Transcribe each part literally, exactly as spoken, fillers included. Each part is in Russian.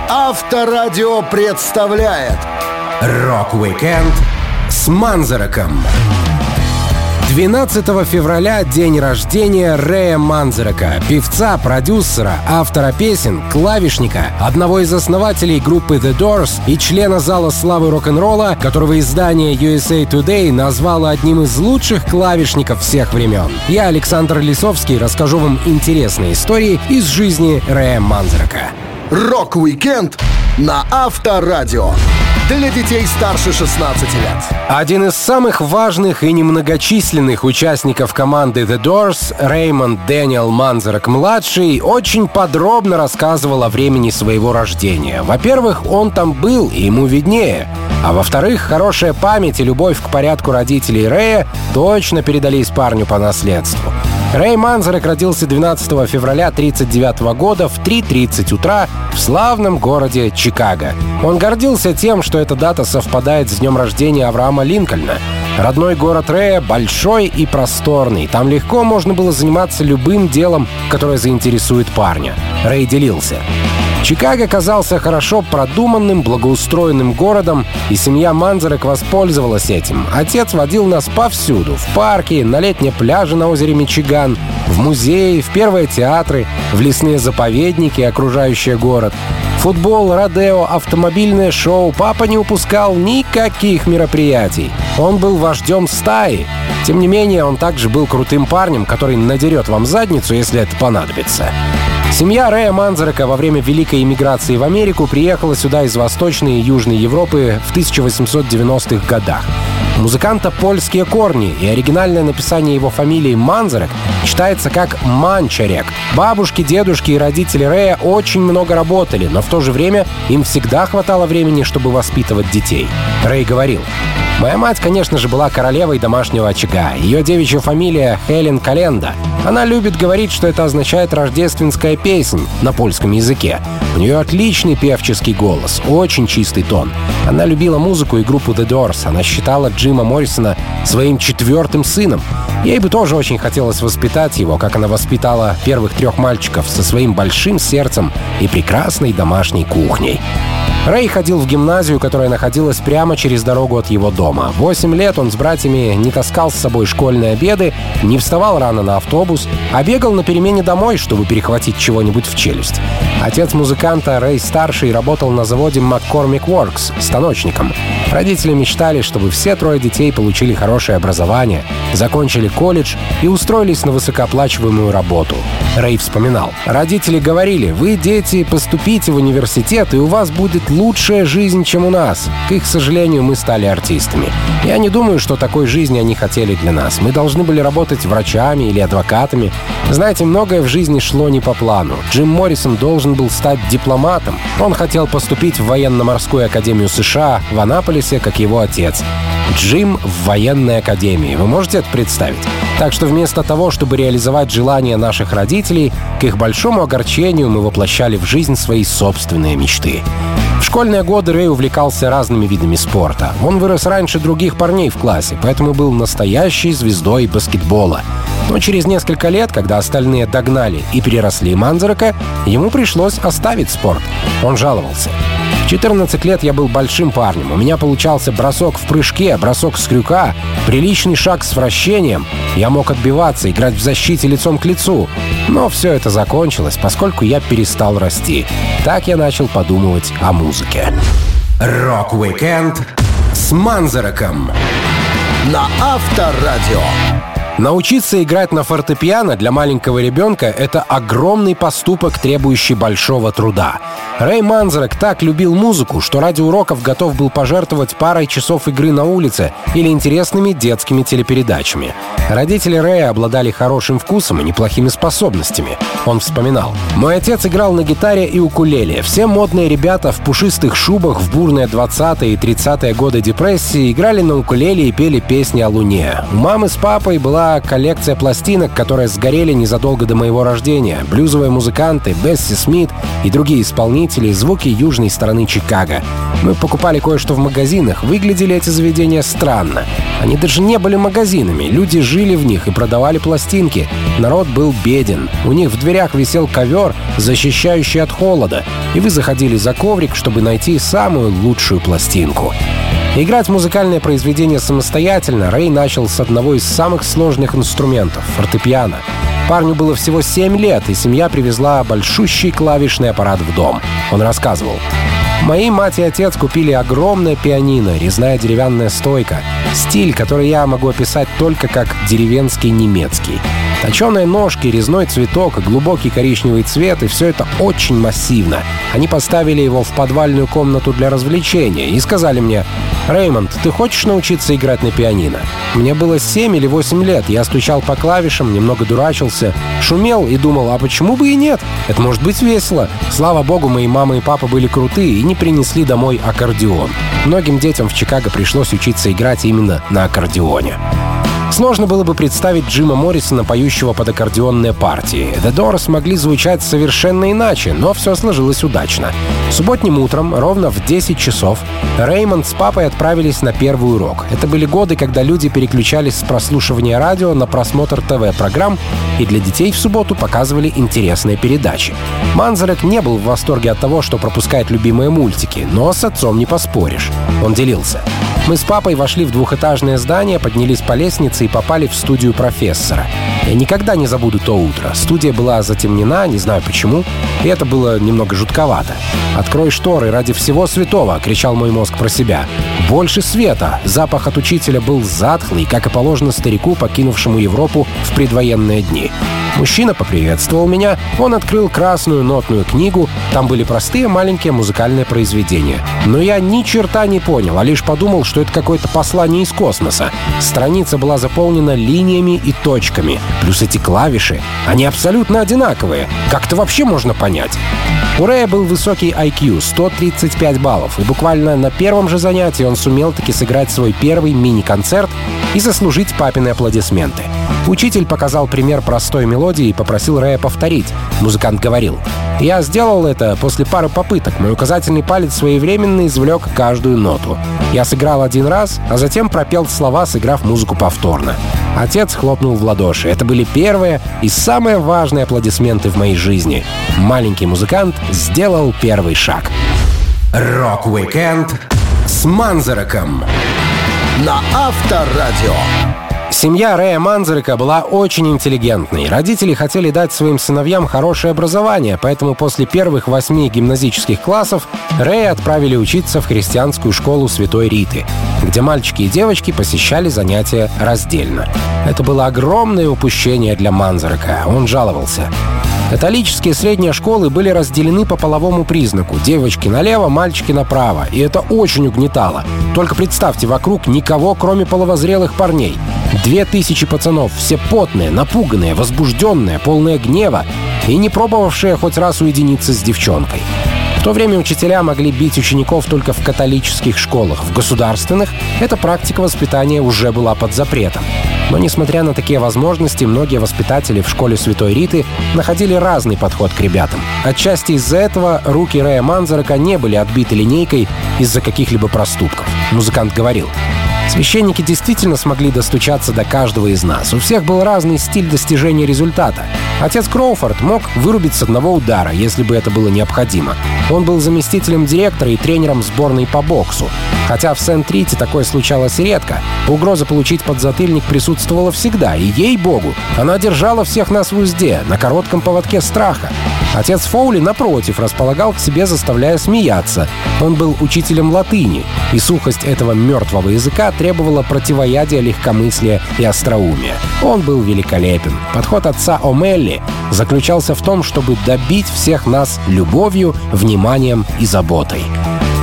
Авторадио представляет Рок-викенд с Манзареком. двенадцатого февраля день рождения Рэя Манзарека, певца, продюсера, автора песен, клавишника, одного из основателей группы The Doors и члена зала славы рок-н-ролла, которого издание ю эс эй Today назвало одним из лучших клавишников всех времен. Я, Александр Лисовский, расскажу вам интересные истории из жизни Рэя Манзарека. Рок-викенд на Авторадио. Для детей старше шестнадцати лет. Один из самых важных и немногочисленных участников команды The Doors, Рэймонд Дэниел Манзарек-младший, очень подробно рассказывал о времени своего рождения. Во-первых, он там был, и ему виднее. А во-вторых, хорошая память и любовь к порядку родителей Рэя точно передались парню по наследству. Рэй Манзарек родился двенадцатого февраля тысяча девятьсот тридцать девятого года в три тридцать утра в славном городе Чикаго. Он гордился тем, что эта дата совпадает с днем рождения Авраама Линкольна. Родной город Рэя большой и просторный. Там легко можно было заниматься любым делом, которое заинтересует парня. Рэй делился. Чикаго казался хорошо продуманным, благоустроенным городом, и семья Манзарек воспользовалась этим. Отец водил нас повсюду — в парки, на летние пляжи на озере Мичиган, в музеи, в первые театры, в лесные заповедники, окружающие город. Футбол, родео, автомобильное шоу. Папа не упускал никаких мероприятий. Он был вождем стаи. Тем не менее, он также был крутым парнем, который надерет вам задницу, если это понадобится. Семья Рэя Манзарека во время Великой эмиграции в Америку приехала сюда из Восточной и Южной Европы в тысяча восемьсот девяностых годах. У музыканта польские корни, и оригинальное написание его фамилии Манзарек читается как Манчарек. Бабушки, дедушки и родители Рэя очень много работали, но в то же время им всегда хватало времени, чтобы воспитывать детей. Рэй говорил: «Моя мать, конечно же, была королевой домашнего очага. Ее девичья фамилия Хелен Календа. Она любит говорить, что это означает «рождественская песнь» на польском языке. У нее отличный певческий голос, очень чистый тон. Она любила музыку и группу The Doors. Она считала Джима Моррисона своим четвертым сыном. Ей бы тоже очень хотелось воспитать его, как она воспитала первых трех мальчиков, со своим большим сердцем и прекрасной домашней кухней». Рэй ходил в гимназию, которая находилась прямо через дорогу от его дома. Восемь лет он с братьями не таскал с собой школьные обеды, не вставал рано на автобус, а бегал на перемене домой, чтобы перехватить чего-нибудь в челюсть. Отец музыканта, Рэй-старший, работал на заводе McCormick Works станочником. Родители мечтали, чтобы все трое детей получили хорошее образование, закончили колледж и устроились на высокооплачиваемую работу. Рэй вспоминал: «Родители говорили: вы, дети, поступите в университет, и у вас будет лучшая жизнь, чем у нас. К их сожалению, мы стали артистами. Я не думаю, что такой жизни они хотели для нас. Мы должны были работать врачами или адвокатами. Знаете, многое в жизни шло не по плану. Джим Моррисон должен был стать дипломатом. Он хотел поступить в военно-морскую академию США в Аннаполисе, как его отец. Джим в военной академии. Вы можете это представить? Так что вместо того, чтобы реализовать желания наших родителей, к их большому огорчению мы воплощали в жизнь свои собственные мечты». В школьные годы Рэй увлекался разными видами спорта. Он вырос раньше других парней в классе, поэтому был настоящей звездой баскетбола. Но через несколько лет, когда остальные догнали и переросли Манзарека, ему пришлось оставить спорт. Он жаловался: «В четырнадцать лет я был большим парнем. У меня получался бросок в прыжке, бросок с крюка, приличный шаг с вращением. Я мог отбиваться, играть в защите лицом к лицу. Но все это закончилось, поскольку я перестал расти. Так я начал подумывать о музыке». Рок-викенд с Манзареком на Авторадио. Научиться играть на фортепиано для маленького ребенка — это огромный поступок, требующий большого труда. Рэй Манзарек так любил музыку, что ради уроков готов был пожертвовать парой часов игры на улице или интересными детскими телепередачами. Родители Рэя обладали хорошим вкусом и неплохими способностями. Он вспоминал: «Мой отец играл на гитаре и укулеле. Все модные ребята в пушистых шубах в бурные двадцатые и тридцатые годы депрессии играли на укулеле и пели песни о Луне. У мамы с папой была была коллекция пластинок, которые сгорели незадолго до моего рождения. Блюзовые музыканты, Бесси Смит и другие исполнители, звуки южной стороны Чикаго. Мы покупали кое-что в магазинах. Выглядели эти заведения странно. Они даже не были магазинами. Люди жили в них и продавали пластинки. Народ был беден. У них в дверях висел ковер, защищающий от холода. И вы заходили за коврик, чтобы найти самую лучшую пластинку. Играть музыкальное произведение самостоятельно Рэй начал с одного из самых сложных инструментов — фортепиано. Парню было всего семь лет, и семья привезла большущий клавишный аппарат в дом. Он рассказывал: «Мои мать и отец купили огромное пианино, резная деревянная стойка. Стиль, который я могу описать только как деревенский немецкий. Точеные ножки, резной цветок, глубокий коричневый цвет, и все это очень массивно. Они поставили его в подвальную комнату для развлечения и сказали мне: «Реймонд, ты хочешь научиться играть на пианино?» Мне было семь или восемь лет, я стучал по клавишам, немного дурачился, шумел и думал, а почему бы и нет? Это может быть весело. Слава богу, мои мама и папа были крутые и не принесли домой аккордеон. Многим детям в Чикаго пришлось учиться играть именно на аккордеоне. Сложно было бы представить Джима Моррисона, поющего под аккордеонные партии. The Doors могли звучать совершенно иначе, но все сложилось удачно. Субботним утром, ровно в десять часов, Реймонд с папой отправились на первый урок. Это были годы, когда люди переключались с прослушивания радио на просмотр ТВ-программ, и для детей в субботу показывали интересные передачи. Манзарек не был в восторге от того, что пропускает любимые мультики, но с отцом не поспоришь. Он делился: «Мы с папой вошли в двухэтажное здание, поднялись по лестнице и попали в студию профессора. Я никогда не забуду то утро. Студия была затемнена, не знаю почему, и это было немного жутковато. «Открой шторы ради всего святого!» — кричал мой мозг про себя. «Больше света!» Запах от учителя был затхлый, как и положено старику, покинувшему Европу в предвоенные дни. Мужчина поприветствовал меня, он открыл красную нотную книгу, там были простые маленькие музыкальные произведения. Но я ни черта не понял, а лишь подумал, что это какое-то послание из космоса. Страница была заполнена линиями и точками, плюс эти клавиши, они абсолютно одинаковые. Как это вообще можно понять? У Рэя был высокий ай кью — сто тридцать пять баллов, и буквально на первом же занятии он сумел таки сыграть свой первый мини-концерт и заслужить папины аплодисменты. Учитель показал пример простой мелодии и попросил Рэя повторить. Музыкант говорил: «Я сделал это после пары попыток. Мой указательный палец своевременно извлек каждую ноту. Я сыграл один раз, а затем пропел слова, сыграв музыку повторно». Отец хлопнул в ладоши. Это были первые и самые важные аплодисменты в моей жизни. Маленький музыкант сделал первый шаг. Рок-викенд С Манзареком на Авторадио. Семья Рэя Манзарека была очень интеллигентной. Родители хотели дать своим сыновьям хорошее образование, поэтому после первых восьми гимназических классов Рэя отправили учиться в христианскую школу Святой Риты, где мальчики и девочки посещали занятия раздельно. Это было огромное упущение для Манзарека. Он жаловался: «Католические средние школы были разделены по половому признаку. Девочки налево, мальчики направо. И это очень угнетало. Только представьте, вокруг никого, кроме половозрелых парней. Две тысячи пацанов, все потные, напуганные, возбужденные, полные гнева и не пробовавшие хоть раз уединиться с девчонкой». В то время учителя могли бить учеников только в католических школах. В государственных эта практика воспитания уже была под запретом. Но, несмотря на такие возможности, многие воспитатели в школе Святой Риты находили разный подход к ребятам. Отчасти из-за этого руки Рэя Манзарека не были отбиты линейкой из-за каких-либо проступков. Музыкант говорил: «Священники действительно смогли достучаться до каждого из нас. У всех был разный стиль достижения результата. Отец Кроуфорд мог вырубить с одного удара, если бы это было необходимо. Он был заместителем директора и тренером сборной по боксу. Хотя в Сент-Рите такое случалось редко, угроза получить подзатыльник присутствовала всегда, и, ей-богу, она держала всех нас в узде, на коротком поводке страха. Отец Фоули, напротив, располагал к себе, заставляя смеяться. Он был учителем латыни, и сухость этого мертвого языка требовала противоядия легкомыслия и остроумия. Он был великолепен. Подход отца О'Мелли заключался в том, чтобы добить всех нас любовью, вниманием и заботой».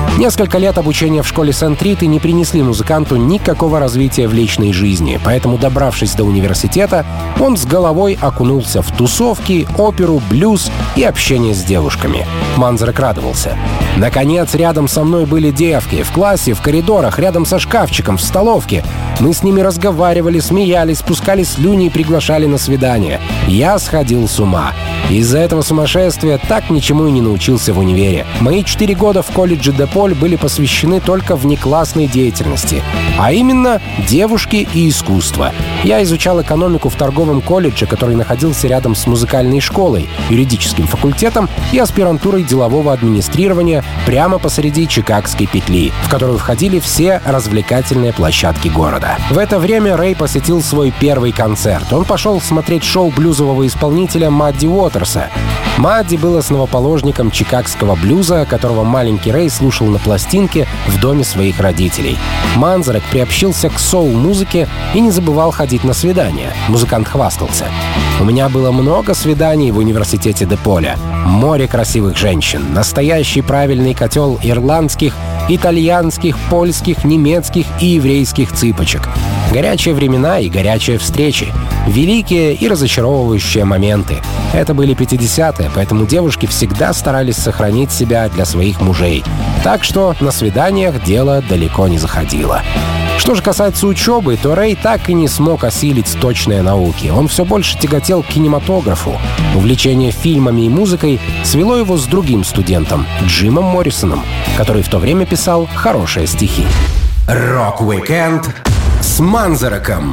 Несколько лет обучения в школе Сент-Риты не принесли музыканту никакого развития в личной жизни, поэтому, добравшись до университета, он с головой окунулся в тусовки, оперу, блюз и общение с девушками. Манзарек радовался. «Наконец, рядом со мной были девки. В классе, в коридорах, рядом со шкафчиком, в столовке. Мы с ними разговаривали, смеялись, спускали слюни и приглашали на свидание. Я сходил с ума. Из-за этого сумасшествия так ничему и не научился в универе. Мои четыре года в колледже Деполь были посвящены только внеклассной деятельности, а именно девушки и искусство. Я изучал экономику в торговом колледже, который находился рядом с музыкальной школой, юридическим факультетом и аспирантурой делового администрирования прямо посреди Чикагской петли, в которую входили все развлекательные площадки города. В это время Рэй посетил свой первый концерт. Он пошел смотреть шоу блюзового исполнителя Мадди Уотерса. Мадди был основоположником чикагского блюза, которого маленький Рэй слушал на пластинке в доме своих родителей. Манзарек приобщился к соул-музыке и не забывал ходить на свидания. Музыкант хвастался. «У меня было много свиданий в университете Деполя. Море красивых женщин, настоящий правильный котел ирландских, итальянских, польских, немецких и еврейских цыпочек. Горячие времена и горячие встречи. Великие и разочаровывающие моменты. Это были пятидесятые, поэтому девушки всегда старались сохранить себя для своих мужей. Так что на свиданиях дело далеко не заходило». Что же касается учебы, то Рэй так и не смог осилить точные науки. Он все больше тяготел к кинематографу. Увлечение фильмами и музыкой свело его с другим студентом, Джимом Моррисоном, который в то время писал хорошие стихи. Рок-викенд с Манзареком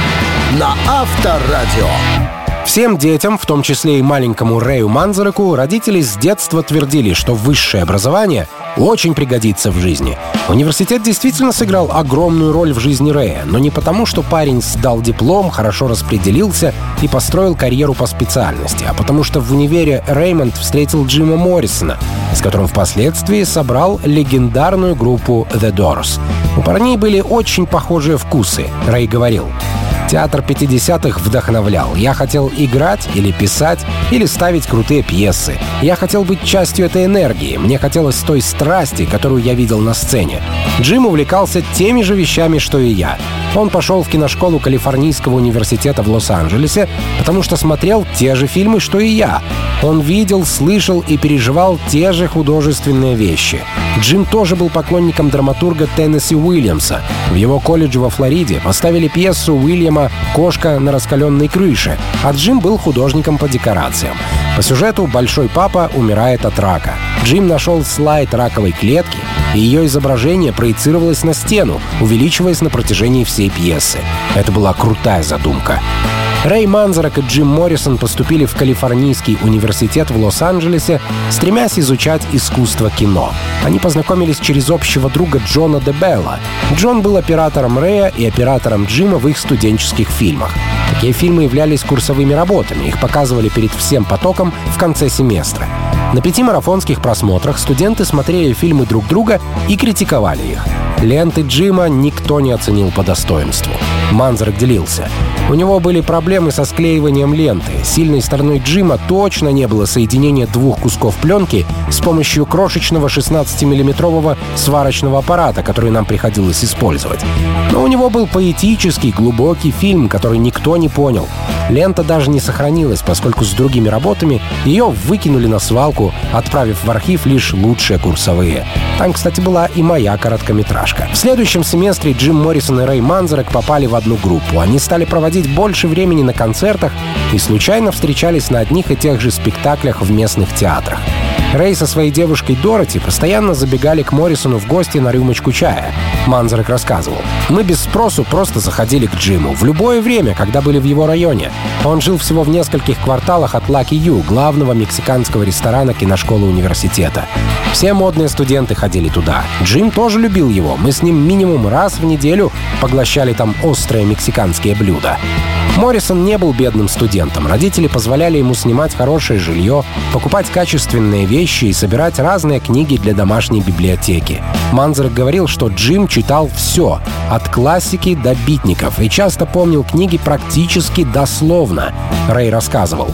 на Авторадио. Всем детям, в том числе и маленькому Рэю Манзареку, родители с детства твердили, что высшее образование очень пригодится в жизни. Университет действительно сыграл огромную роль в жизни Рэя, но не потому, что парень сдал диплом, хорошо распределился и построил карьеру по специальности, а потому что в универе Рэймонд встретил Джима Моррисона, с которым впоследствии собрал легендарную группу The Doors. У парней были очень похожие вкусы, Рэй говорил. Театр пятидесятых вдохновлял. Я хотел играть или писать, или ставить крутые пьесы. Я хотел быть частью этой энергии. Мне хотелось той страсти, которую я видел на сцене. Джим увлекался теми же вещами, что и я. Он пошел в киношколу Калифорнийского университета в Лос-Анджелесе, потому что смотрел те же фильмы, что и я. Он видел, слышал и переживал те же художественные вещи. Джим тоже был поклонником драматурга Теннесси Уильямса. В его колледже во Флориде поставили пьесу Уильяма «Кошка на раскаленной крыше», а Джим был художником по декорациям. По сюжету большой папа умирает от рака. Джим нашел слайд раковой клетки, и ее изображение проецировалось на стену, увеличиваясь на протяжении всей пьесы. Это была крутая задумка. Рэй Манзарек и Джим Моррисон поступили в Калифорнийский университет в Лос-Анджелесе, стремясь изучать искусство кино. Они познакомились через общего друга Джона Дебелла. Джон был оператором Рэя и оператором Джима в их студенческих фильмах. Такие фильмы являлись курсовыми работами, их показывали перед всем потоком в конце семестра. На пяти марафонских просмотрах студенты смотрели фильмы друг друга и критиковали их. Ленты Джима никто не оценил по достоинству. Манзарек делился. У него были проблемы со склеиванием ленты. Сильной стороной Джима точно не было соединения двух кусков пленки с помощью крошечного шестнадцатимиллиметрового сварочного аппарата, который нам приходилось использовать. Но у него был поэтический, глубокий фильм, который никто не понял. Лента даже не сохранилась, поскольку с другими работами ее выкинули на свалку, отправив в архив лишь лучшие курсовые. Там, кстати, была и моя короткометражка. В следующем семестре Джим Моррисон и Рэй Манзарек попали в одну группу. Они стали проводить больше времени на концертах и случайно встречались на одних и тех же спектаклях в местных театрах. Рэй со своей девушкой Дороти постоянно забегали к Моррисону в гости на рюмочку чая. Манзарек рассказывал. «Мы без спросу просто заходили к Джиму в любое время, когда были в его районе. Он жил всего в нескольких кварталах от Lucky You, главного мексиканского ресторана киношколы университета. Все модные студенты ходили туда. Джим тоже любил его. Мы с ним минимум раз в неделю поглощали там острые мексиканские блюда». Моррисон не был бедным студентом. Родители позволяли ему снимать хорошее жилье, покупать качественные вещи и собирать разные книги для домашней библиотеки. Манзарек говорил, что Джим читал все, от классики до битников, и часто помнил книги практически дословно. Рэй рассказывал.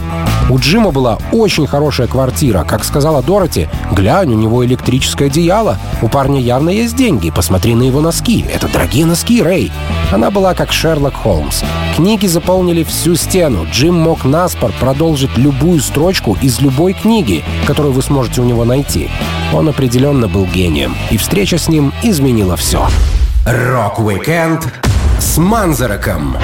У Джима была очень хорошая квартира. Как сказала Дороти, глянь, у него электрическое одеяло. У парня явно есть деньги. Посмотри на его носки. Это дорогие носки, Рэй. Она была как Шерлок Холмс. Книги заполнили всю стену. Джим мог наспор продолжить любую строчку из любой книги, которую вы сможете у него найти. Он определенно был гением. И встреча с ним изменила все. Рок-викенд с Манзареком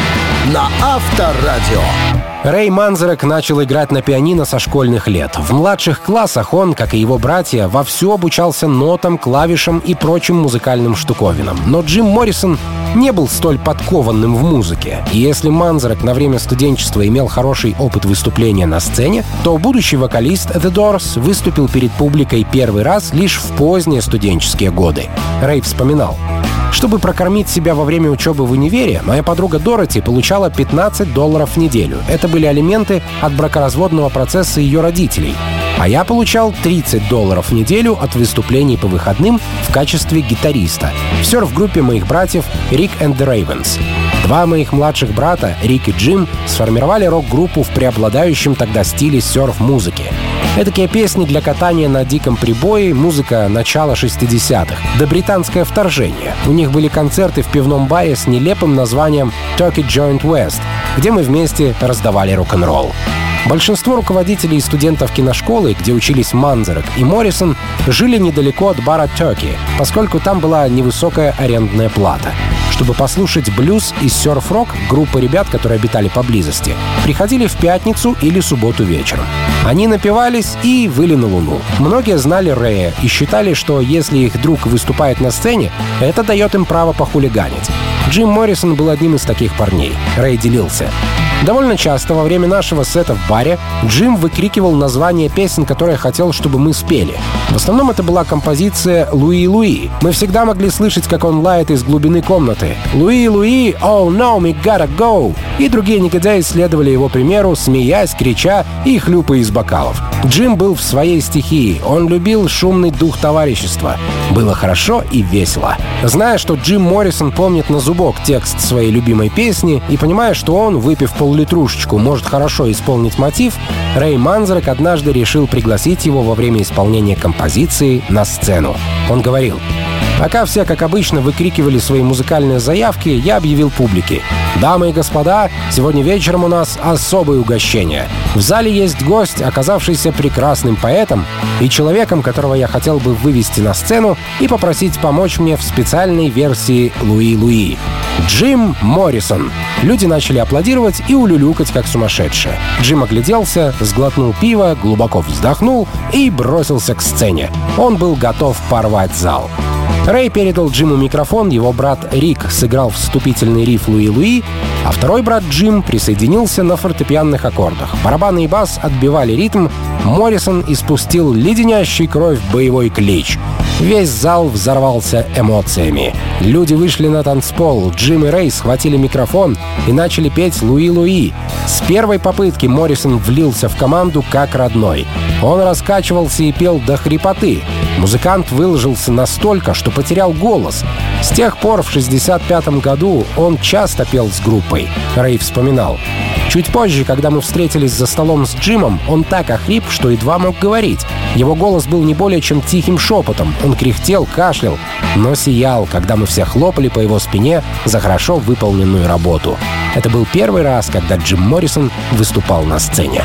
на Авторадио. Рэй Манзарек начал играть на пианино со школьных лет. В младших классах он, как и его братья, вовсю обучался нотам, клавишам и прочим музыкальным штуковинам. Но Джим Моррисон не был столь подкованным в музыке. И если Манзарек на время студенчества имел хороший опыт выступления на сцене, то будущий вокалист The Doors выступил перед публикой первый раз лишь в поздние студенческие годы. Рэй вспоминал: «Чтобы прокормить себя во время учебы в универе, моя подруга Дороти получала пятнадцать долларов в неделю. Это были алименты от бракоразводного процесса ее родителей. А я получал тридцать долларов в неделю от выступлений по выходным в качестве гитариста в серф-группе моих братьев Rick and the Ravens. Два моих младших брата, Рик и Джим, сформировали рок-группу в преобладающем тогда стиле серф-музыки. Этакие песни для катания на диком прибое, музыка начала шестидесятых, до британское вторжение. У них были концерты в пивном баре с нелепым названием Turkey Joint West, где мы вместе раздавали рок-н-ролл. Большинство руководителей и студентов киношколы, где учились Манзарек и Моррисон, жили недалеко от бара Turkey, поскольку там была невысокая арендная плата. Чтобы послушать блюз и серф-рок, группа ребят, которые обитали поблизости, приходили в пятницу или субботу вечером. Они напивались и выли на луну. Многие знали Рэя и считали, что если их друг выступает на сцене, это дает им право похулиганить. Джим Моррисон был одним из таких парней. Рэй делился: «Довольно часто во время нашего сета в баре Джим выкрикивал название песен, которые хотел, чтобы мы спели. В основном это была композиция «Луи, Луи». Мы всегда могли слышать, как он лает из глубины комнаты: «Луи, Луи, oh no, we gotta go!» И другие негодяи следовали его примеру, смеясь, крича и хлюпая из бокалов. Джим был в своей стихии. Он любил шумный дух товарищества. Было хорошо и весело. Зная, что Джим Моррисон помнит на зубок текст своей любимой песни и понимая, что он, выпив пол-литрушечку, может хорошо исполнить мотив, Рэй Манзарек однажды решил пригласить его во время исполнения композиции на сцену. Он говорил: «Пока все, как обычно, выкрикивали свои музыкальные заявки, я объявил публике: дамы и господа, сегодня вечером у нас особое угощение. В зале есть гость, оказавшийся прекрасным поэтом и человеком, которого я хотел бы вывести на сцену и попросить помочь мне в специальной версии «Луи, Луи». Джим Моррисон». Люди начали аплодировать и улюлюкать, как сумасшедшие. Джим огляделся, сглотнул пиво, глубоко вздохнул и бросился к сцене. Он был готов порвать зал. Рэй передал Джиму микрофон, его брат Рик сыграл вступительный риф «Луи, Луи», а второй брат Джим присоединился на фортепианных аккордах. Барабаны и бас отбивали ритм, Моррисон испустил леденящий кровь боевой клич. Весь зал взорвался эмоциями. Люди вышли на танцпол, Джим и Рэй схватили микрофон и начали петь «Луи, Луи». С первой попытки Моррисон влился в команду как родной. Он раскачивался и пел до хрипоты. Музыкант выложился настолько, что потерял голос. С тех пор в шестьдесят пятом году он часто пел с группой. Рэй вспоминал: «Чуть позже, когда мы встретились за столом с Джимом, он так охрип, что едва мог говорить. Его голос был не более чем тихим шепотом. Он кряхтел, кашлял, но сиял, когда мы все хлопали по его спине за хорошо выполненную работу». Это был первый раз, когда Джим Моррисон выступал на сцене.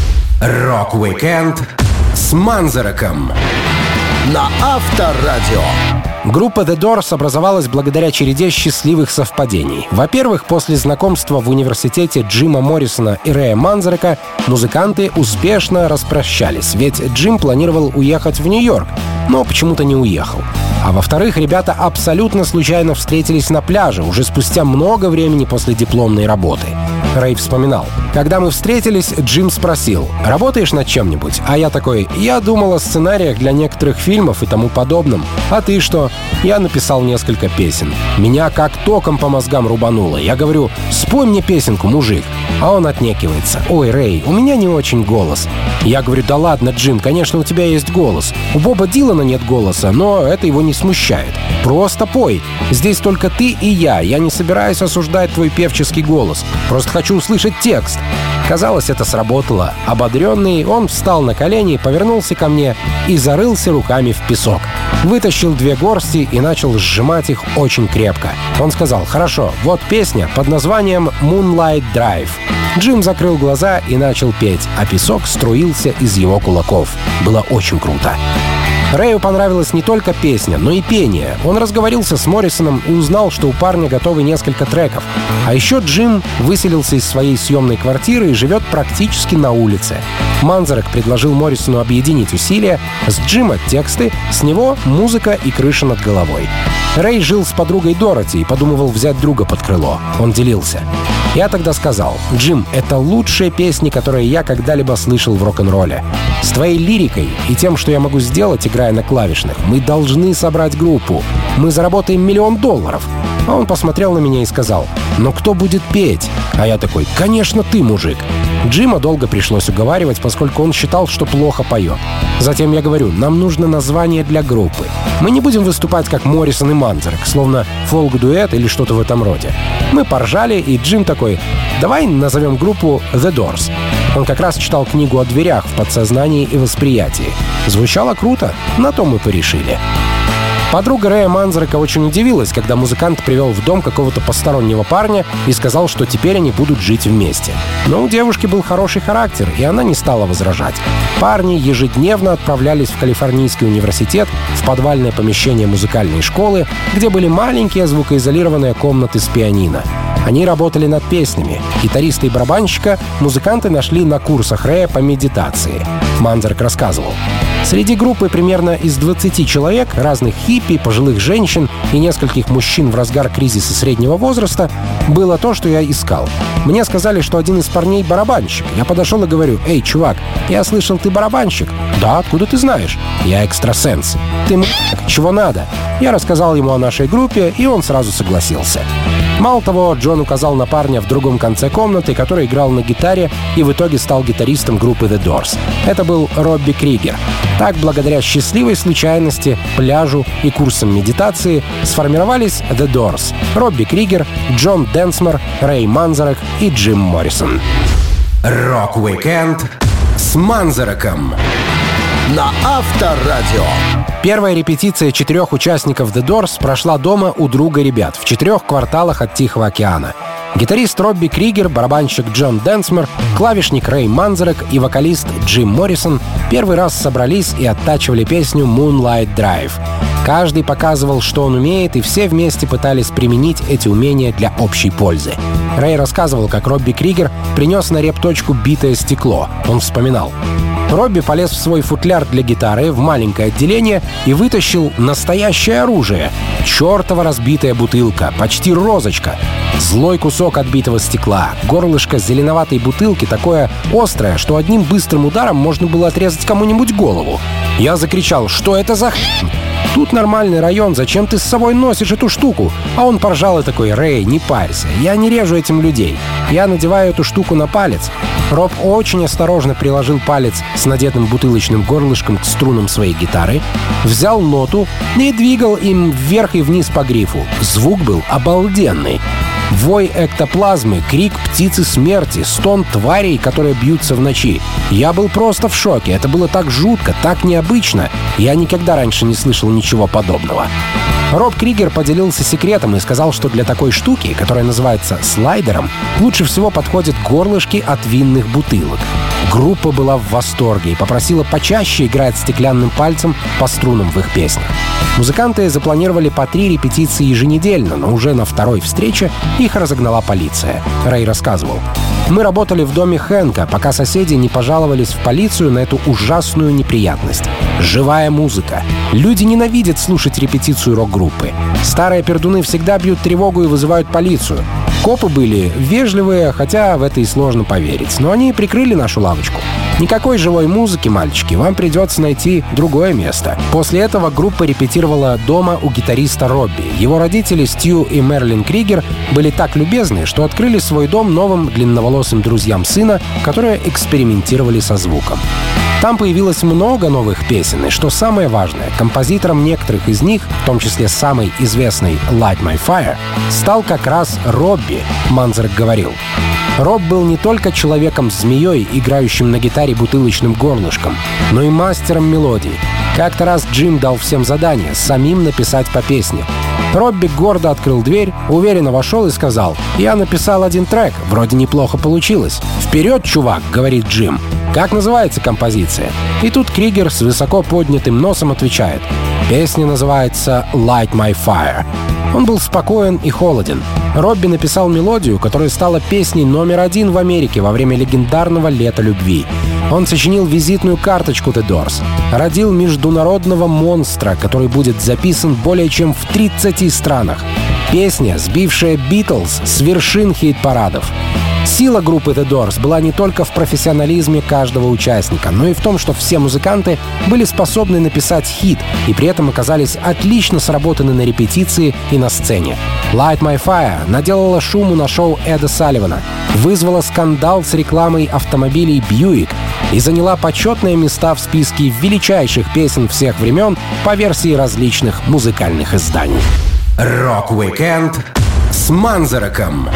Рок-викенд с Манзареком на Авторадио. Группа The Doors образовалась благодаря череде счастливых совпадений. Во-первых, после знакомства в университете Джима Моррисона и Рэя Манзарека музыканты успешно распрощались, ведь Джим планировал уехать в Нью-Йорк, но почему-то не уехал. А во-вторых, ребята абсолютно случайно встретились на пляже уже спустя много времени после дипломной работы. Рэй вспоминал: «Когда мы встретились, Джим спросил: работаешь над чем-нибудь?» А я такой: «Я думал о сценариях для некоторых фильмов и тому подобном. А ты что?» Я написал несколько песен. Меня как током по мозгам рубануло. Я говорю: «Спой мне песенку, мужик». А он отнекивается: «Ой, Рэй, у меня не очень голос». Я говорю: «Да ладно, Джим, конечно, у тебя есть голос. У Боба Дилана нет голоса, но это его не смущает. Просто пой. Здесь только ты и я. Я не собираюсь осуждать твой певческий голос. Просто хочу услышать текст». Казалось, это сработало. Ободренный, он встал на колени, повернулся ко мне и зарылся руками в песок. Вытащил две горсти и начал сжимать их очень крепко. Он сказал: «Хорошо, вот песня под названием «Moonlight Drive». Джим закрыл глаза и начал петь, а песок струился из его кулаков. Было очень круто. Рэю понравилась не только песня, но и пение. Он разговорился с Моррисоном и узнал, что у парня готовы несколько треков. А еще Джим выселился из своей съемной квартиры и живет практически на улице. Манзарек предложил Моррисону объединить усилия. С Джима тексты, с него музыка и крыша над головой. Рэй жил с подругой Дороти и подумывал взять друга под крыло. Он делился. Я тогда сказал: «Джим, это лучшие песни, которые я когда-либо слышал в рок-н-ролле. С твоей лирикой и тем, что я могу сделать, играя на клавишных, мы должны собрать группу. Мы заработаем миллион долларов». А он посмотрел на меня и сказал: «Но кто будет петь?» А я такой: «Конечно, ты, мужик». Джима долго пришлось уговаривать, поскольку он считал, что плохо поет. Затем я говорю: «Нам нужно название для группы. Мы не будем выступать как Моррисон и Манзарек, словно фолк-дуэт или что-то в этом роде». Мы поржали, и Джим такой: «Давай назовем группу The Doors». Он как раз читал книгу о дверях в подсознании и восприятии. Звучало круто, на то мы порешили. Подруга Рэя Манзарека очень удивилась, когда музыкант привел в дом какого-то постороннего парня и сказал, что теперь они будут жить вместе. Но у девушки был хороший характер, и она не стала возражать. Парни ежедневно отправлялись в Калифорнийский университет, в подвальное помещение музыкальной школы, где были маленькие звукоизолированные комнаты с пианино. Они работали над песнями. Гитариста и барабанщика музыканты нашли на курсах Рэя по медитации. Манзарек рассказывал: «Среди группы примерно из двадцати человек, разных хиппи, пожилых женщин и нескольких мужчин в разгар кризиса среднего возраста, было то, что я искал. Мне сказали, что один из парней — барабанщик. Я подошел и говорю: «Эй, чувак, я слышал, ты барабанщик?» «Да, откуда ты знаешь?» «Я экстрасенс». «Ты м***, чего надо?» Я рассказал ему о нашей группе, и он сразу согласился. Мало того, Джон указал на парня в другом конце комнаты, который играл на гитаре и в итоге стал гитаристом группы The Doors. Это был Робби Кригер. Так, благодаря счастливой случайности, пляжу и курсам медитации сформировались The Doors. Робби Кригер, Джон Денсмор, Рэй Манзарек и Джим Моррисон. Рок-викенд с Манзареком на Авторадио. Первая репетиция четырех участников The Doors прошла дома у друга ребят в четырех кварталах от Тихого океана. Гитарист Робби Кригер, барабанщик Джон Денсмор, клавишник Рэй Манзарек и вокалист Джим Моррисон первый раз собрались и оттачивали песню «Moonlight Drive». Каждый показывал, что он умеет, и все вместе пытались применить эти умения для общей пользы. Рэй рассказывал, как Робби Кригер принес на репточку битое стекло. Он вспоминал: Робби полез в свой футляр для гитары в маленькое отделение и вытащил настоящее оружие. Чёртова разбитая бутылка, почти розочка. Злой кусок отбитого стекла. Горлышко зеленоватой бутылки такое острое, что одним быстрым ударом можно было отрезать кому-нибудь голову. Я закричал: «Что это за хрень? Тут нормальный район, зачем ты с собой носишь эту штуку?» А он поржал и такой: «Рэй, не парься, я не режу этим людей. Я надеваю эту штуку на палец». Роб очень осторожно приложил палец с надетым бутылочным горлышком к струнам своей гитары, взял ноту и двигал им вверх и вниз по грифу. Звук был обалденный. Вой эктоплазмы, крик птицы смерти, стон тварей, которые бьются в ночи. Я был просто в шоке. Это было так жутко, так необычно. Я никогда раньше не слышал ничего подобного. Роб Кригер поделился секретом и сказал, что для такой штуки, которая называется слайдером, лучше всего подходят горлышки от винных бутылок. Группа была в восторге и попросила почаще играть стеклянным пальцем по струнам в их песнях. Музыканты запланировали по три репетиции еженедельно, но уже на второй встрече их разогнала полиция. Рэй рассказывал: «Мы работали в доме Хэнка, пока соседи не пожаловались в полицию на эту ужасную неприятность. Живая музыка. Люди ненавидят слушать репетицию рок-группы. Старые пердуны всегда бьют тревогу и вызывают полицию. Копы были вежливые, хотя в это и сложно поверить, но они прикрыли нашу лавочку. Никакой живой музыки, мальчики, вам придется найти другое место». После этого группа репетировала дома у гитариста Робби. Его родители Стью и Мерлин Кригер были так любезны, что открыли свой дом новым длинноволосым друзьям сына, которые экспериментировали со звуком. Там появилось много новых песен, и, что самое важное, композитором некоторых из них, в том числе самой известной «Light My Fire», стал как раз Робби. Манзарек говорил: Роб был не только человеком-змеей, играющим на гитаре бутылочным горлышком, но и мастером мелодий. Как-то раз Джим дал всем задание — самим написать по песне. Робби гордо открыл дверь, уверенно вошел и сказал: «Я написал один трек, вроде неплохо получилось». «Вперед, чувак!» — говорит Джим. «Как называется композиция?» И тут Кригер с высоко поднятым носом отвечает: «Песня называется «Light My Fire». Он был спокоен и холоден. Робби написал мелодию, которая стала песней номер один в Америке во время легендарного «Лета любви». Он сочинил визитную карточку The Doors, родил международного монстра, который будет записан более чем в тридцати странах. Песня, сбившая Битлз с вершин хит-парадов. Сила группы The Doors была не только в профессионализме каждого участника, но и в том, что все музыканты были способны написать хит и при этом оказались отлично сработаны на репетиции и на сцене. «Light My Fire» наделала шуму на шоу Эда Салливана, вызвала скандал с рекламой автомобилей Buick и заняла почетные места в списке величайших песен всех времен по версии различных музыкальных изданий. Рок-викенд с Манзареком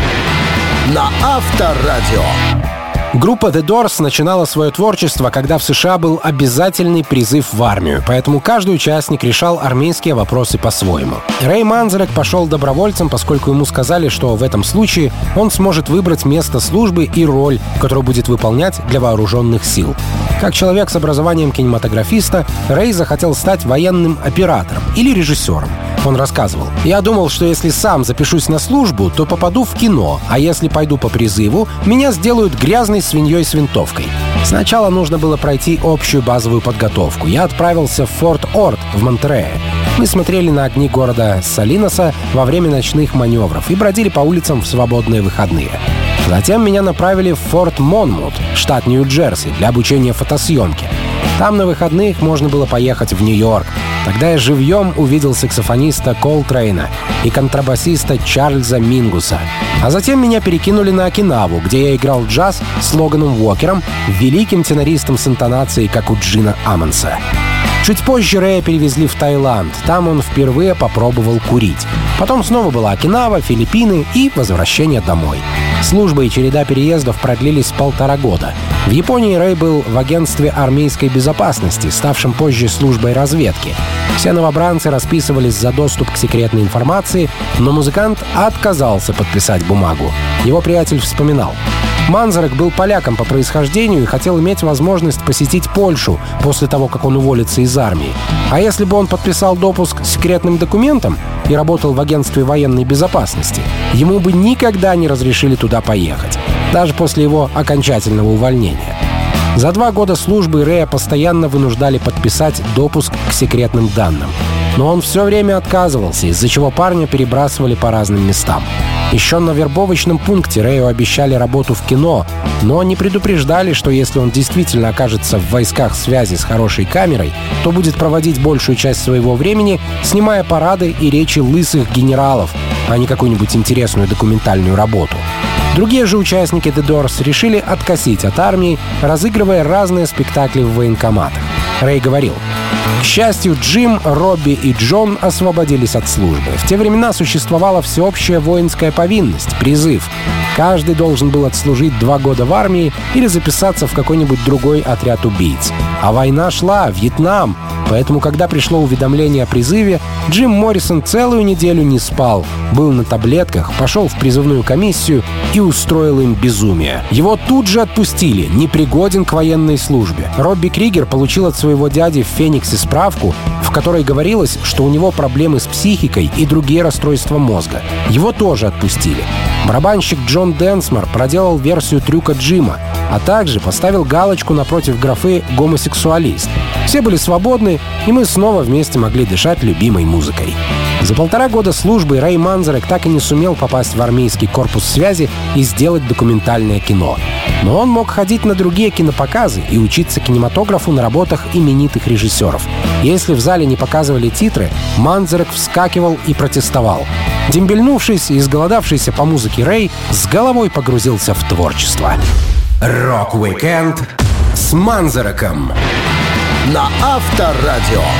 на Авторадио. Группа The Doors начинала свое творчество, когда в США был обязательный призыв в армию, поэтому каждый участник решал армейские вопросы по-своему. Рэй Манзарек пошел добровольцем, поскольку ему сказали, что в этом случае он сможет выбрать место службы и роль, которую будет выполнять для вооруженных сил. Как человек с образованием кинематографиста, Рэй захотел стать военным оператором или режиссером. Он рассказывал: «Я думал, что если сам запишусь на службу, то попаду в кино, а если пойду по призыву, меня сделают грязной свиньей с винтовкой». Сначала нужно было пройти общую базовую подготовку. Я отправился в Форт Орт в Монтерее. Мы смотрели на огни города Салиноса во время ночных маневров и бродили по улицам в свободные выходные. Затем меня направили в Форт Монмут, штат Нью-Джерси, для обучения фотосъемке. Там на выходных можно было поехать в Нью-Йорк. Тогда я живьем увидел саксофониста Колтрейна и контрабасиста Чарльза Мингуса. А затем меня перекинули на Окинаву, где я играл джаз с Логаном Уокером, великим тенористом с интонацией, как у Джина Амонса. Чуть позже Рэя перевезли в Таиланд. Там он впервые попробовал курить. Потом снова была Окинава, Филиппины и возвращение домой. Служба и череда переездов продлились полтора года. В Японии Рэй был в агентстве армейской безопасности, ставшем позже службой разведки. Все новобранцы расписывались за доступ к секретной информации, но музыкант отказался подписать бумагу. Его приятель вспоминал: «Манзарек был поляком по происхождению и хотел иметь возможность посетить Польшу после того, как он уволится из армии. А если бы он подписал допуск к секретным документам и работал в агентстве военной безопасности, ему бы никогда не разрешили туда поехать, даже после его окончательного увольнения». За два года службы Рэя постоянно вынуждали подписать допуск к секретным данным. Но он все время отказывался, из-за чего парня перебрасывали по разным местам. Еще на вербовочном пункте Рэю обещали работу в кино, но не предупреждали, что если он действительно окажется в войсках связи с хорошей камерой, то будет проводить большую часть своего времени, снимая парады и речи лысых генералов, а не какую-нибудь интересную документальную работу. Другие же участники The Doors решили откосить от армии, разыгрывая разные спектакли в военкоматах. Рэй говорил: «К счастью, Джим, Робби и Джон освободились от службы. В те времена существовала всеобщая воинская повинность, призыв. Каждый должен был отслужить два года в армии или записаться в какой-нибудь другой отряд убийц. А война шла, Вьетнам. Поэтому, когда пришло уведомление о призыве, Джим Моррисон целую неделю не спал, был на таблетках, пошел в призывную комиссию и устроил им безумие. Его тут же отпустили, непригоден к военной службе. Робби Кригер получил от своего дяди в Фениксе справку, в которой говорилось, что у него проблемы с психикой и другие расстройства мозга. Его тоже отпустили. Барабанщик Джон Денсмор проделал версию трюка Джима, а также поставил галочку напротив графы «гомосексуалист». Все были свободны, и мы снова вместе могли дышать любимой музыкой. За полтора года службы Рэй Манзарек так и не сумел попасть в армейский корпус связи и сделать документальное кино. Но он мог ходить на другие кинопоказы и учиться кинематографу на работах именитых режиссеров. Если в зале не показывали титры, Манзарек вскакивал и протестовал. Дембельнувшись и изголодавшийся по музыке Рэй с головой погрузился в творчество. Рок-викенд с Манзареком на Авторадио.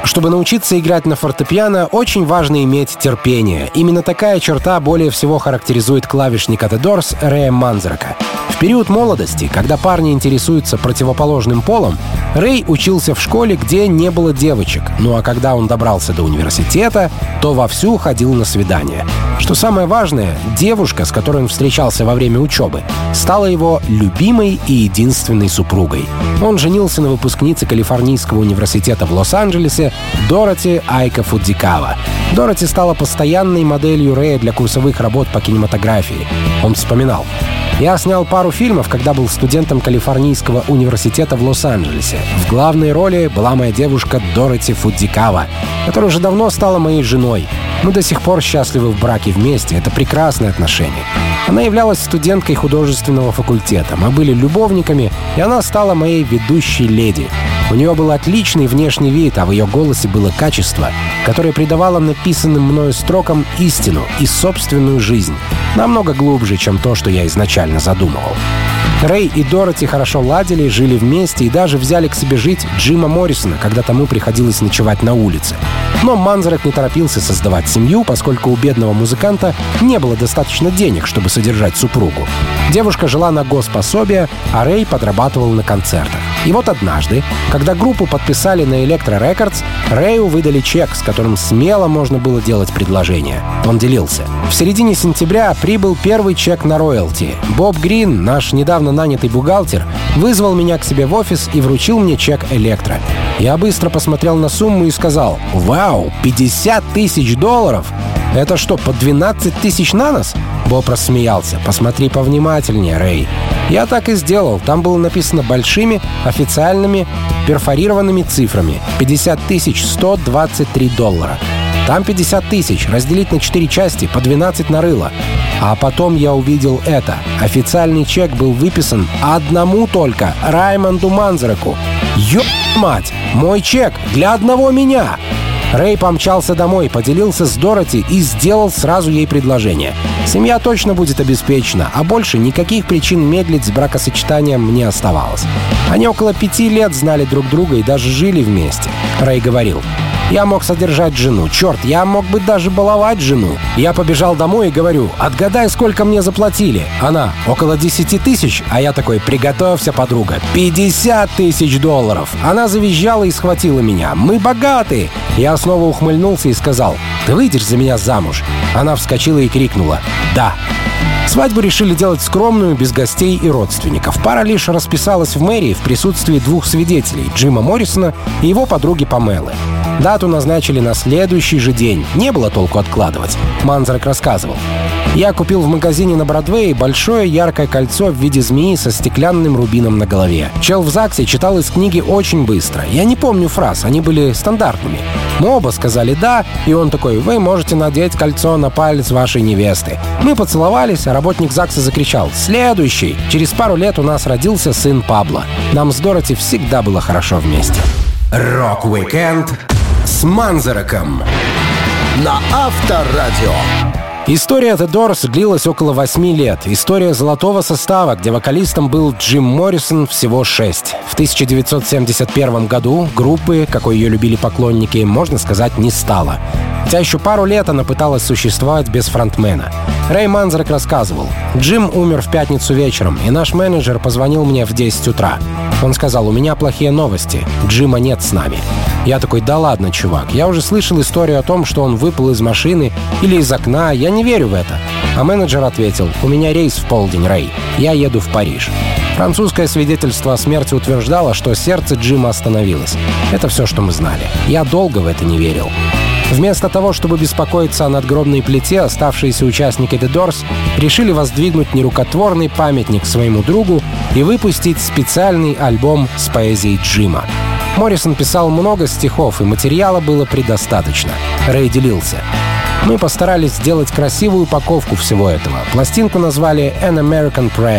Чтобы научиться играть на фортепиано, очень важно иметь терпение. Именно такая черта более всего характеризует клавишника The Doors Рэя Манзарека. В период молодости, когда парни интересуются противоположным полом, Рэй учился в школе, где не было девочек. Ну а когда он добрался до университета, то вовсю ходил на свидания. Что самое важное, девушка, с которой он встречался во время учебы, стала его любимой и единственной супругой. Он женился на выпускнице Калифорнийского университета в Лос-Анджелесе Дороти Айка Фудзикава. Дороти стала постоянной моделью Рэя для курсовых работ по кинематографии. Он вспоминал: «Я снял пару фильмов, когда был студентом Калифорнийского университета в Лос-Анджелесе. В главной роли была моя девушка Дороти Фудзикава, которая уже давно стала моей женой. Мы до сих пор счастливы в браке вместе. Это прекрасные отношения. Она являлась студенткой художественного факультета. Мы были любовниками, и она стала моей ведущей леди. У нее был отличный внешний вид, а в ее голосе было качество, которое придавало написанным мною строкам истину и собственную жизнь, намного глубже, чем то, что я изначально задумывал». Рэй и Дороти хорошо ладили, жили вместе и даже взяли к себе жить Джима Моррисона, когда тому приходилось ночевать на улице. Но Манзарек не торопился создавать семью, поскольку у бедного музыканта не было достаточно денег, чтобы содержать супругу. Девушка жила на госпособие, а Рэй подрабатывал на концертах. И вот однажды, когда группу подписали на Elektra Records, Рэю выдали чек, с которым смело можно было делать предложение. Он делился. В середине сентября прибыл первый чек на роялти. Боб Грин, наш недавно нанятый бухгалтер, вызвал меня к себе в офис и вручил мне чек Elektra. Я быстро посмотрел на сумму и сказал: «Вау, пятьдесят тысяч долларов! Это что, по двенадцать тысяч на нос?» Боб рассмеялся. «Посмотри повнимательнее, Рэй». Я так и сделал. Там было написано большими, официальными, перфорированными цифрами. пятьдесят тысяч сто двадцать три доллара. Там пятьдесят тысяч, разделить на четыре части, по двенадцать на рыло. А потом я увидел это. Официальный чек был выписан одному только Раймонду Манзареку. Ё мать! Мой чек для одного меня! Рэй помчался домой, поделился с Дороти и сделал сразу ей предложение. Семья точно будет обеспечена, а больше никаких причин медлить с бракосочетанием не оставалось. Они около пяти лет знали друг друга и даже жили вместе. Рэй говорил: «Я мог содержать жену. Черт, я мог бы даже баловать жену». Я побежал домой и говорю: «Отгадай, сколько мне заплатили?» Она: «Около десяти тысяч». А я такой: «Приготовься, подруга. пятьдесят тысяч долларов». Она завизжала и схватила меня. «Мы богаты!» Я снова ухмыльнулся и сказал: «Ты выйдешь за меня замуж?» Она вскочила и крикнула: «Да». Свадьбу решили делать скромную, без гостей и родственников. Пара лишь расписалась в мэрии в присутствии двух свидетелей — Джима Моррисона и его подруги Памелы. Дату назначили на следующий же день. Не было толку откладывать. Манзарек рассказывал: «Я купил в магазине на Бродвее большое яркое кольцо в виде змеи со стеклянным рубином на голове. Чел в ЗАГСе читал из книги очень быстро. Я не помню фраз, они были стандартными. Мы оба сказали «да», и он такой: «Вы можете надеть кольцо на палец вашей невесты». Мы поцеловались, а работник ЗАГСа закричал: «Следующий!» Через пару лет у нас родился сын Пабло. Нам с Дороти всегда было хорошо вместе. Рок-викенд с Манзареком на Авторадио. История The Doors длилась около восьми лет. История золотого состава, где вокалистом был Джим Моррисон, всего шесть. В тысяча девятьсот семьдесят первом году группы, какой ее любили поклонники, можно сказать, не стало. Хотя еще пару лет она пыталась существовать без фронтмена. Рэй Манзарек рассказывал: «Джим умер в пятницу вечером, и наш менеджер позвонил мне в десять утра. Он сказал: «У меня плохие новости. Джима нет с нами». Я такой: «Да ладно, чувак, я уже слышал историю о том, что он выпал из машины или из окна, я не верю в это». А менеджер ответил: «У меня рейс в полдень, Рэй. Я еду в Париж». Французское свидетельство о смерти утверждало, что сердце Джима остановилось. Это все, что мы знали. Я долго в это не верил. Вместо того, чтобы беспокоиться о надгробной плите, оставшиеся участники The Doors решили воздвигнуть нерукотворный памятник своему другу и выпустить специальный альбом с поэзией Джима. Моррисон писал много стихов, и материала было предостаточно. Рэй делился: «Мы постарались сделать красивую упаковку всего этого. Пластинку назвали «An American Prayer».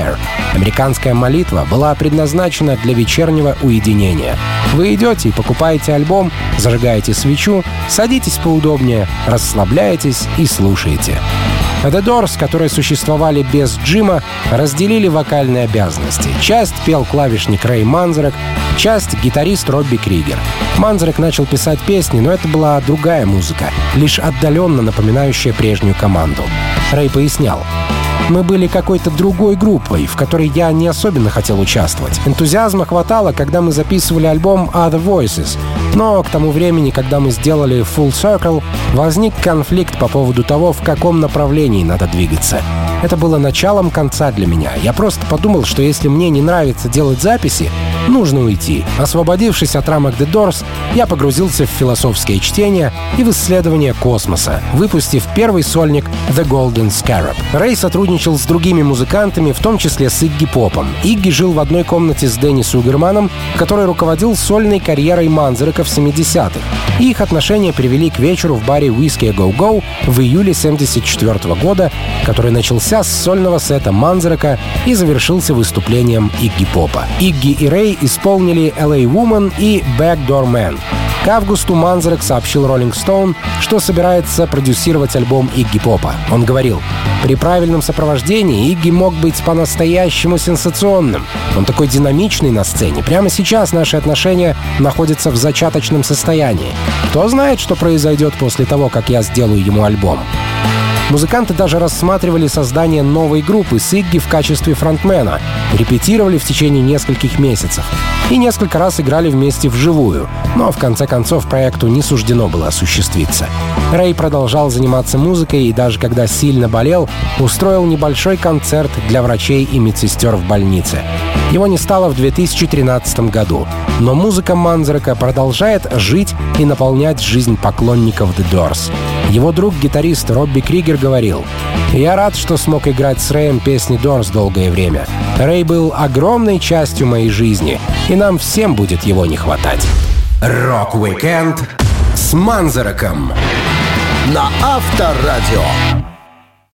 «Американская молитва» была предназначена для вечернего уединения. Вы идете и покупаете альбом, зажигаете свечу, садитесь поудобнее, расслабляетесь и слушаете. The Doors, которые существовали без Джима, разделили вокальные обязанности. Часть пел клавишник Рэй Манзарек, часть — гитарист Робби Кригер. Манзарек начал писать песни, но это была другая музыка, лишь отдаленно напоминающая прежнюю команду. Рэй пояснял: «Мы были какой-то другой группой, в которой я не особенно хотел участвовать. Энтузиазма хватало, когда мы записывали альбом Other Voices, но к тому времени, когда мы сделали Full Circle, возник конфликт по поводу того, в каком направлении надо двигаться. Это было началом конца для меня. Я просто подумал, что если мне не нравится делать записи, нужно уйти». Освободившись от рамок The Doors, я погрузился в философское чтение и в исследование космоса, выпустив первый сольник The Golden Scarab. Рэй сотрудничал с другими музыкантами, в том числе с Игги Попом. Игги жил в одной комнате с Дэнни Сугерманом, который руководил сольной карьерой Манзарека в семидесятых. И их отношения привели к вечеру в баре Whiskey A Go Go в июле семьдесят четвёртого года, который начался с сольного сета Манзарека и завершился выступлением Игги Попа. Игги и Рэй исполнили эл эй Woman и Backdoor Man. К августу Манзарек сообщил Rolling Stone, что собирается продюсировать альбом Игги Попа. Он говорил: «При правильном сопровождении Игги мог быть по-настоящему сенсационным. Он такой динамичный на сцене. Прямо сейчас наши отношения находятся в зачаточном состоянии. Кто знает, что произойдет после того, как я сделаю ему альбом». Музыканты даже рассматривали создание новой группы с Игги в качестве фронтмена, репетировали в течение нескольких месяцев и несколько раз играли вместе вживую, но в конце концов проекту не суждено было осуществиться. Рэй продолжал заниматься музыкой и даже когда сильно болел, устроил небольшой концерт для врачей и медсестер в больнице. Его не стало в две тысячи тринадцатом году, но музыка Манзарека продолжает жить и наполнять жизнь поклонников The Doors. Его друг-гитарист Робби Кригер говорил: «Я рад, что смог играть с Рэем песни Doors долгое время. Рэй был огромной частью моей жизни, и нам всем будет его не хватать». Рок-викенд с Манзареком на Авторадио.